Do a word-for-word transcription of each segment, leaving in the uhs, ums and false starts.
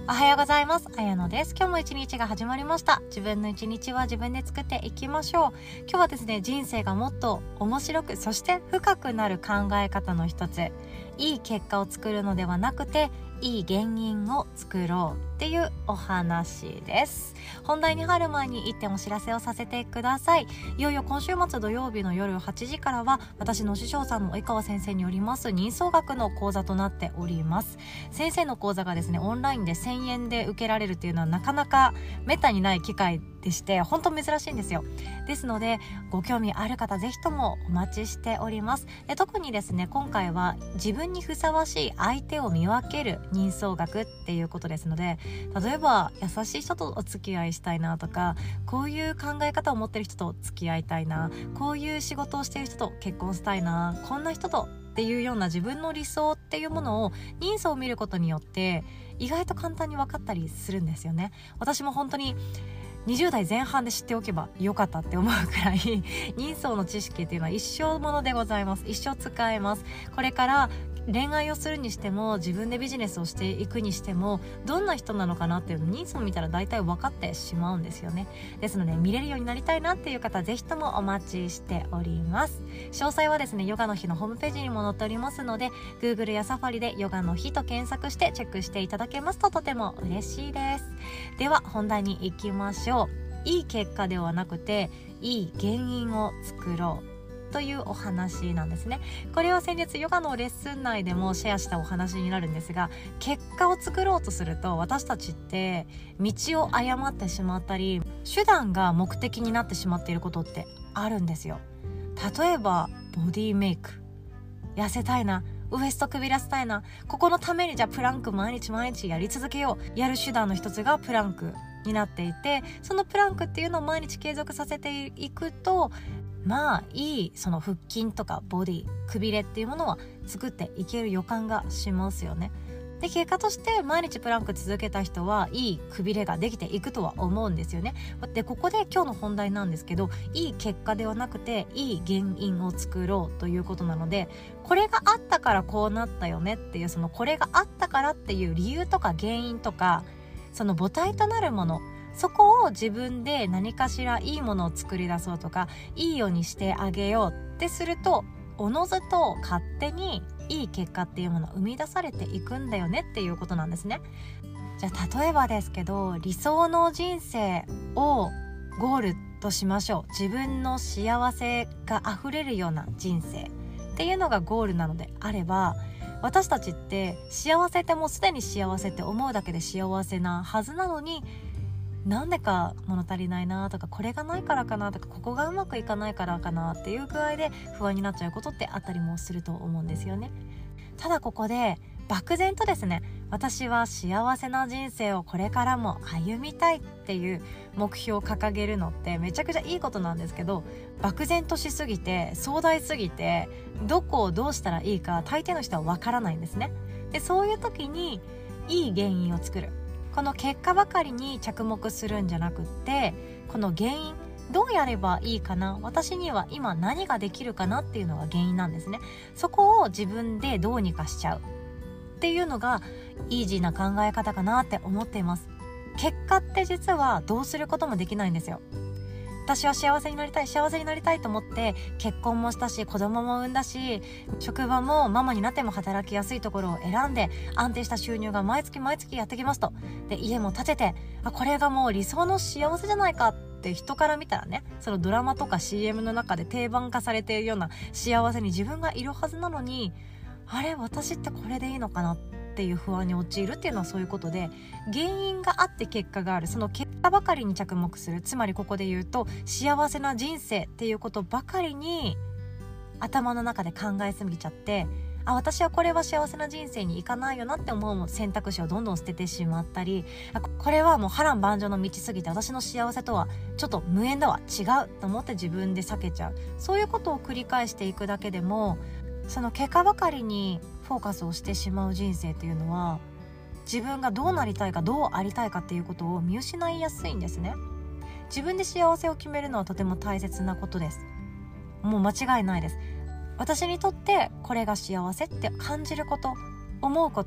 おはようございます。あやのです。今日も一日が始まりました。自分の一日は自分で作っていきましょう。今日はですね、人生がもっと面白く、そして深くなる考え方の一つ、いい結果を作るのではなくて、いい原因を作ろうっていうお話です。本題に入る前に一点お知らせをさせてください。いよいよ今週末土曜日の夜はちじからは、私の師匠さんの及川先生によります人相学の講座となっております。先生の講座がですね、オンラインでせんえんで受けられるっていうのはなかなかめったにない機会でして、本当珍しいんですよ。ですので、ご興味ある方ぜひともお待ちしております。で、特にですね、今回は自分にふさわしい相手を見分ける人相学っていうことですので、例えば優しい人とお付き合いしたいなとか、こういう考え方を持ってる人と付き合いたいな、こういう仕事をしてる人と結婚したいな、こんな人とっていうような自分の理想っていうものを人相を見ることによって意外と簡単に分かったりするんですよね。私も本当ににじゅう代前半で知っておけばよかったって思うくらい人相の知識っていうのは一生ものでございます。一生使えます。これから恋愛をするにしても、自分でビジネスをしていくにしても、どんな人なのかなっていうのを人相見たら大体分かってしまうんですよね。ですので、見れるようになりたいなっていう方、ぜひともお待ちしております。詳細はですね、ヨガの日のホームページにも載っておりますので、 Google やサファリでヨガの日と検索してチェックしていただけますととても嬉しいです。では本題に行きましょう。いい結果ではなくて、いい原因を作ろうというお話なんですね。これは先日ヨガのレッスン内でもシェアしたお話になるんですが、結果を作ろうとすると私たちって道を誤ってしまったり、手段が目的になってしまっていることってあるんですよ。例えばボディメイク、痩せたいな、ウエストくびらせたいな、ここのためにじゃあプランク毎日毎日やり続けよう。やる手段の一つがプランクになっていて、そのプランクっていうのを毎日継続させていくと、まあいいその腹筋とかボディ、くびれっていうものは作っていける予感がしますよね。で、結果として毎日プランク続けた人はいいくびれができていくとは思うんですよね。で、ここで今日の本題なんですけど、いい結果ではなくていい原因を作ろうということなので、これがあったからこうなったよねっていう、そのこれがあったからっていう理由とか原因とか、その母体となるもの、そこを自分で何かしらいいものを作り出そうとか、いいようにしてあげようってすると、おのずと勝手にいい結果っていうものを生み出されていくんだよねっていうことなんですね。じゃあ例えばですけど、理想の人生をゴールとしましょう。自分の幸せがあふれるような人生っていうのがゴールなのであれば、私たちって幸せってもうすでに幸せって思うだけで幸せなはずなのに、なんでか物足りないなとか、これがないからかなとか、ここがうまくいかないからかなっていう具合で不安になっちゃうことってあったりもすると思うんですよね。ただここで漠然とですね、私は幸せな人生をこれからも歩みたいっていう目標を掲げるのってめちゃくちゃいいことなんですけど、漠然としすぎて壮大すぎて、どこをどうしたらいいか大抵の人はわからないんですね。で、そういう時にいい原因を作る、この結果ばかりに着目するんじゃなくって、この原因、どうやればいいかな、私には今何ができるかなっていうのが原因なんですね。そこを自分でどうにかしちゃうっていうのがイージーな考え方かなって思っています。結果って実はどうすることもできないんですよ。私は幸せになりたい幸せになりたいと思って結婚もしたし、子供も産んだし、職場もママになっても働きやすいところを選んで、安定した収入が毎月毎月やってきますと。で、家も建てて、あ、これがもう理想の幸せじゃないかって人から見たらね、そのドラマとか シーエム の中で定番化されているような幸せに自分がいるはずなのに、あれ、私ってこれでいいのかなっていう不安に陥るっていうのはそういうことで、原因があって結果がある、その結果ばかりに着目する、つまりここで言うと幸せな人生っていうことばかりに頭の中で考えすぎちゃって、あ、私はこれは幸せな人生に行かないよなって思う選択肢をどんどん捨ててしまったり、あ、これはもう波乱万丈の道すぎて私の幸せとはちょっと無縁だわ、違うと思って自分で避けちゃう、そういうことを繰り返していくだけでも、その結果ばかりにフォーカスをしてしまう人生というのは、自分がどうなりたいかどうありたいかっていうことを見失いやすいんですね。自分で幸せを決めるのはとても大切なことです。もう間違いないです。私にとってこれが幸せって感じること、思うこと、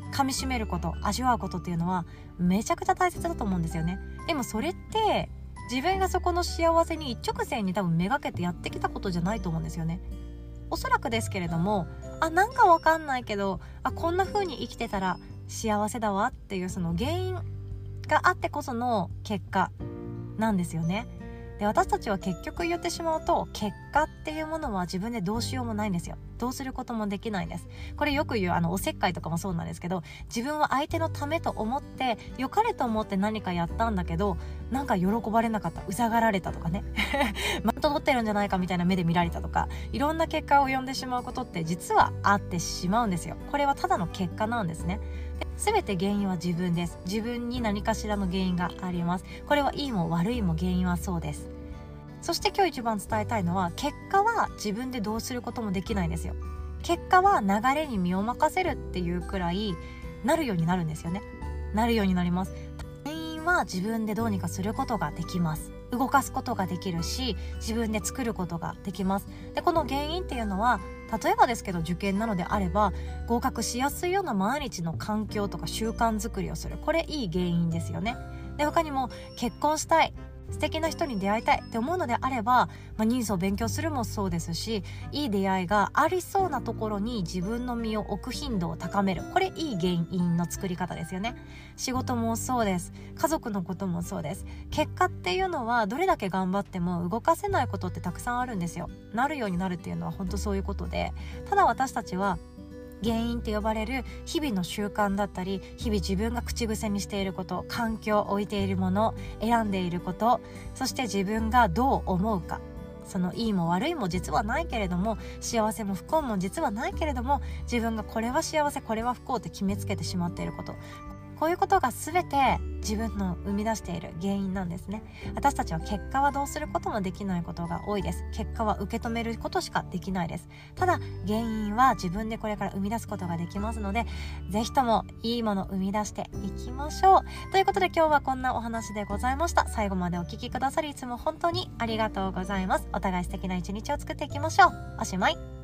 噛み締めること、味わうことっていうのはめちゃくちゃ大切だと思うんですよね。でもそれって自分がそこの幸せに一直線に多分めがけてやってきたことじゃないと思うんですよね。おそらくですけれども、あ、なんかわかんないけど、あ、こんな風に生きてたら幸せだわっていうその原因があってこその結果なんですよね。で、私たちは結局言ってしまうと、結果っていうものは自分でどうしようもないんですよ。どうすることもできないんです。これよく言うあのおせっかいとかもそうなんですけど、自分は相手のためと思って良かれと思って何かやったんだけど、なんか喜ばれなかった、うざがられたとかねマウント取ってるんじゃないかみたいな目で見られたとか、いろんな結果を呼んでしまうことって実はあってしまうんですよ。これはただの結果なんですね。すべて原因は自分です。自分に何かしらの原因があります。これはいいも悪いも原因はそうです。そして今日一番伝えたいのは、結果は自分でどうすることもできないんですよ。結果は流れに身を任せるっていうくらいなるようになるんですよね。なるようになります。原因は自分でどうにかすることができます。動かすことができるし、自分で作ることができます。で、この原因っていうのは、例えばですけど受験なのであれば、合格しやすいような毎日の環境とか習慣づくりをする、これいい原因ですよね。で、他にも結婚したい、素敵な人に出会いたいって思うのであれば、まあ、人相を勉強するもそうですし、いい出会いがありそうなところに自分の身を置く頻度を高める、これいい原因の作り方ですよね。仕事もそうです。家族のこともそうです。結果っていうのはどれだけ頑張っても動かせないことってたくさんあるんですよ。なるようになるっていうのは本当そういうことで、ただ私たちは原因って呼ばれる日々の習慣だったり、日々自分が口癖にしていること、環境、置いているもの、選んでいること、そして自分がどう思うか、そのいいも悪いも実はないけれども、幸せも不幸も実はないけれども、自分がこれは幸せ、これは不幸って決めつけてしまっていること、こういうことが全て自分の生み出している原因なんですね。私たちは結果はどうすることもできないことが多いです。結果は受け止めることしかできないです。ただ原因は自分でこれから生み出すことができますので、ぜひともいいものを生み出していきましょう。ということで今日はこんなお話でございました。最後までお聞きくださりいつも本当にありがとうございます。お互い素敵な一日を作っていきましょう。おしまい。